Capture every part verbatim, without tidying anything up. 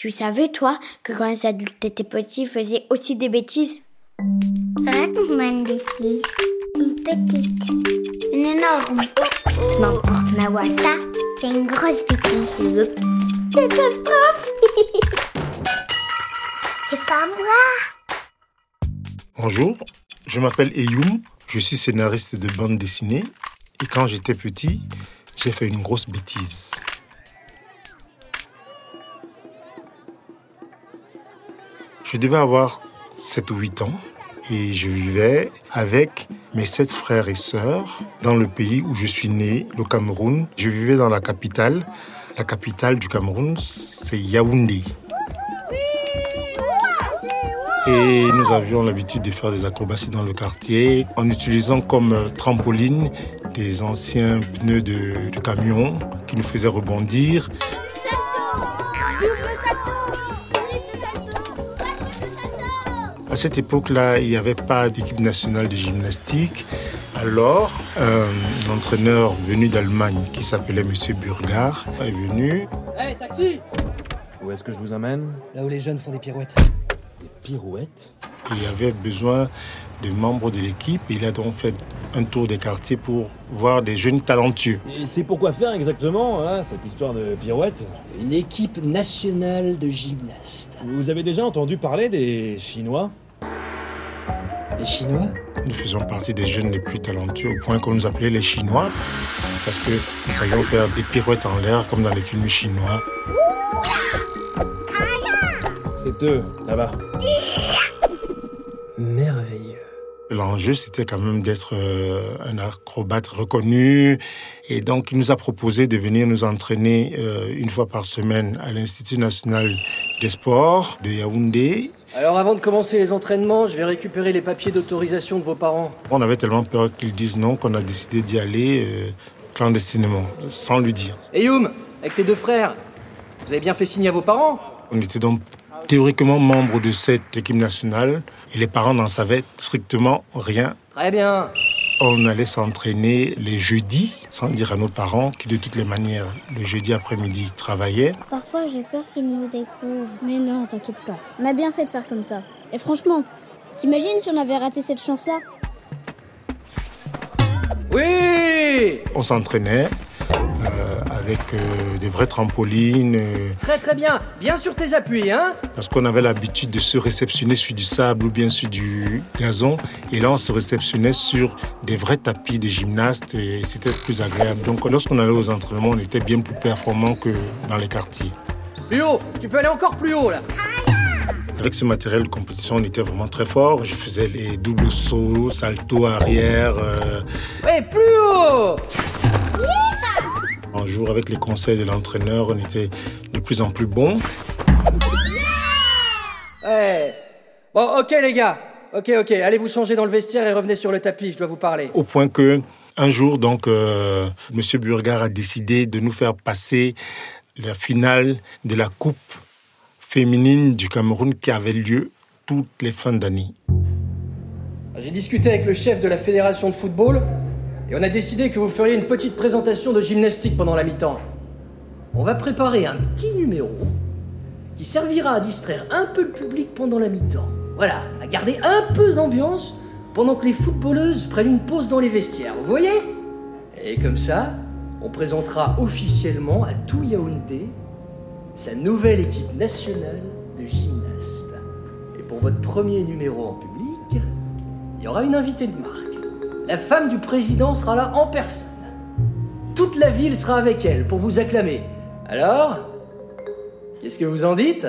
Tu savais, toi, que quand les adultes étaient petits, ils faisaient aussi des bêtises? Raconte-moi une bêtise. Une petite. Une énorme. N'importe, Nawa. Ça, c'est une grosse bêtise. Oups. Catastrophe. C'est pas moi. Bonjour, je m'appelle Eyoum, je suis scénariste de bande dessinée et quand j'étais petit, j'ai fait une grosse bêtise. Je devais avoir sept ou huit ans et je vivais avec mes sept frères et sœurs dans le pays où je suis né, le Cameroun. Je vivais dans la capitale. La capitale du Cameroun, c'est Yaoundé. Et nous avions l'habitude de faire des acrobaties dans le quartier en utilisant comme trampoline des anciens pneus de, de camion qui nous faisaient rebondir. À cette époque-là, il n'y avait pas d'équipe nationale de gymnastique. Alors, un entraîneur venu d'Allemagne qui s'appelait M. Burgard est venu. Hey, taxi! Où est-ce que je vous amène? Là où les jeunes font des pirouettes. Pirouette. Il y avait besoin de membres de l'équipe et il a donc fait un tour des quartiers pour voir des jeunes talentueux. Et c'est pourquoi faire exactement, hein, cette histoire de pirouette? Une équipe nationale de gymnastes. Vous avez déjà entendu parler des Chinois? Les Chinois? Nous faisions partie des jeunes les plus talentueux au point qu'on nous appelait les Chinois parce que nous savions faire des pirouettes en l'air comme dans les films chinois. C'est eux, là-bas. Merveilleux. L'enjeu, c'était quand même d'être euh, un acrobate reconnu. Et donc, il nous a proposé de venir nous entraîner euh, une fois par semaine à l'Institut national des sports de Yaoundé. Alors, avant de commencer les entraînements, je vais récupérer les papiers d'autorisation de vos parents. On avait tellement peur qu'ils disent non qu'on a décidé d'y aller euh, clandestinement, sans lui dire. Eyoum, avec tes deux frères, vous avez bien fait signer à vos parents? On était donc théoriquement membres de cette équipe nationale et les parents n'en savaient strictement rien. Très bien. On allait s'entraîner les jeudis, sans dire à nos parents qui de toutes les manières, le jeudi après-midi, travaillaient. Parfois, j'ai peur qu'ils nous découvrent. Mais non, t'inquiète pas. On a bien fait de faire comme ça. Et franchement, t'imagines si on avait raté cette chance-là? Oui! On s'entraînait euh, avec euh, des vraies trampolines. Euh, Très très bien. Bien sur tes appuis, hein? parce qu'on avait l'habitude de se réceptionner sur du sable ou bien sur du gazon. Et là, on se réceptionnait sur des vrais tapis de gymnastes et c'était plus agréable. Donc, lorsqu'on allait aux entraînements, on était bien plus performants que dans les quartiers. Plus haut! Tu peux aller encore plus haut, là! Avec ce matériel de compétition, on était vraiment très fort. Je faisais les doubles sauts, salto arrière. Euh... Ouais, plus haut! Un jour, avec les conseils de l'entraîneur, on était de plus en plus bons. Ouais. Bon, ok les gars. Ok, ok. Allez vous changer dans le vestiaire et revenez sur le tapis, je dois vous parler. Au point que, un jour, donc, euh, M. Burgard a décidé de nous faire passer la finale de la Coupe féminine du Cameroun qui avait lieu toutes les fins d'année. J'ai discuté avec le chef de la fédération de football et on a décidé que vous feriez une petite présentation de gymnastique pendant la mi-temps. On va préparer un petit numéro qui servira à distraire un peu le public pendant la mi-temps. Voilà, à garder un peu d'ambiance pendant que les footballeuses prennent une pause dans les vestiaires, vous voyez? Et comme ça, on présentera officiellement à tout Yaoundé sa nouvelle équipe nationale de gymnastes. Et pour votre premier numéro en public, il y aura une invitée de marque. La femme du président sera là en personne. Toute la ville sera avec elle pour vous acclamer. Alors, qu'est-ce que vous en dites?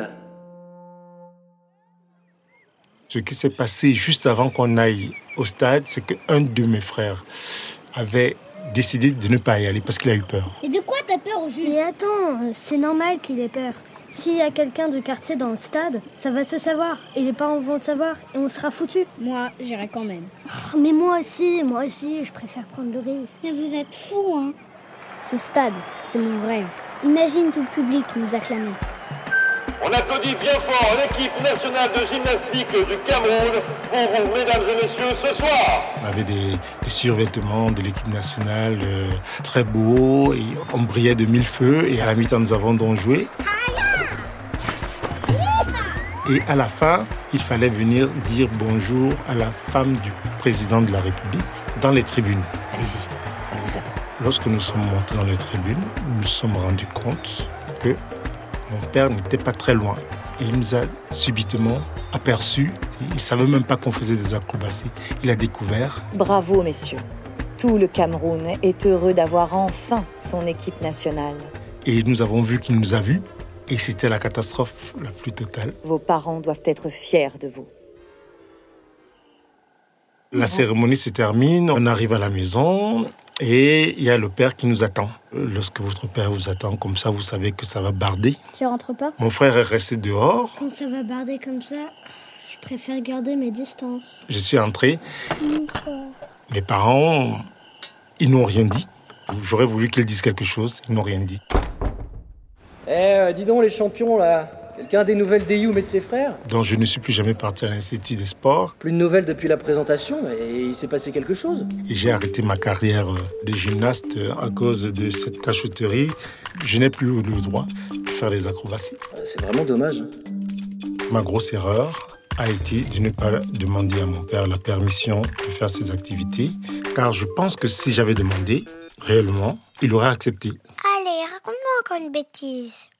Ce qui s'est passé juste avant qu'on aille au stade, c'est qu'un de mes frères avait décidé de ne pas y aller parce qu'il a eu peur. Et de quoi t'as peur au juste? Mais attends, c'est normal qu'il ait peur. S'il y a quelqu'un du quartier dans le stade, ça va se savoir. Et les parents vont le savoir. Et on sera foutus. Moi, j'irai quand même. Oh, mais moi aussi, moi aussi, je préfère prendre le risque. Mais vous êtes fous, hein? Ce stade, c'est mon rêve. Imagine tout le public nous acclamer. On applaudit bien fort l'équipe nationale de gymnastique du Cameroun pour vous, mesdames et messieurs, ce soir. On avait des, des survêtements de l'équipe nationale euh, très beaux et on brillait de mille feux et à la mi-temps nous avons donc joué. Et à la fin, il fallait venir dire bonjour à la femme du président de la République dans les tribunes. Allez-y, on vous attend. Lorsque nous sommes montés dans les tribunes, nous nous sommes rendus compte que mon père n'était pas très loin. Et il nous a subitement aperçus. Il ne savait même pas qu'on faisait des acrobaties. Il a découvert. Bravo, messieurs. Tout le Cameroun est heureux d'avoir enfin son équipe nationale. Et nous avons vu qu'il nous a vus. Et c'était la catastrophe la plus totale. Vos parents doivent être fiers de vous. La cérémonie se termine, on arrive à la maison et il y a le père qui nous attend. Lorsque votre père vous attend comme ça, vous savez que ça va barder. Tu rentres pas? Mon frère est resté dehors. Quand ça va barder comme ça, je préfère garder mes distances. Je suis entré. Bonsoir. Mes parents, ils n'ont rien dit. J'aurais voulu qu'ils disent quelque chose, ils n'ont rien dit. Eh, euh, dis donc les champions là, quelqu'un a des nouvelles d'Eyoum et de ses frères? Donc je ne suis plus jamais parti à l'Institut des sports. Plus de nouvelles depuis la présentation, et il s'est passé quelque chose? Et j'ai arrêté ma carrière de gymnaste à cause de cette cachotterie. Je n'ai plus le droit de faire les acrobaties. C'est vraiment dommage. Ma grosse erreur a été de ne pas demander à mon père la permission de faire ces activités, car je pense que si j'avais demandé, réellement, il aurait accepté. Allez, raconte-moi encore une bêtise.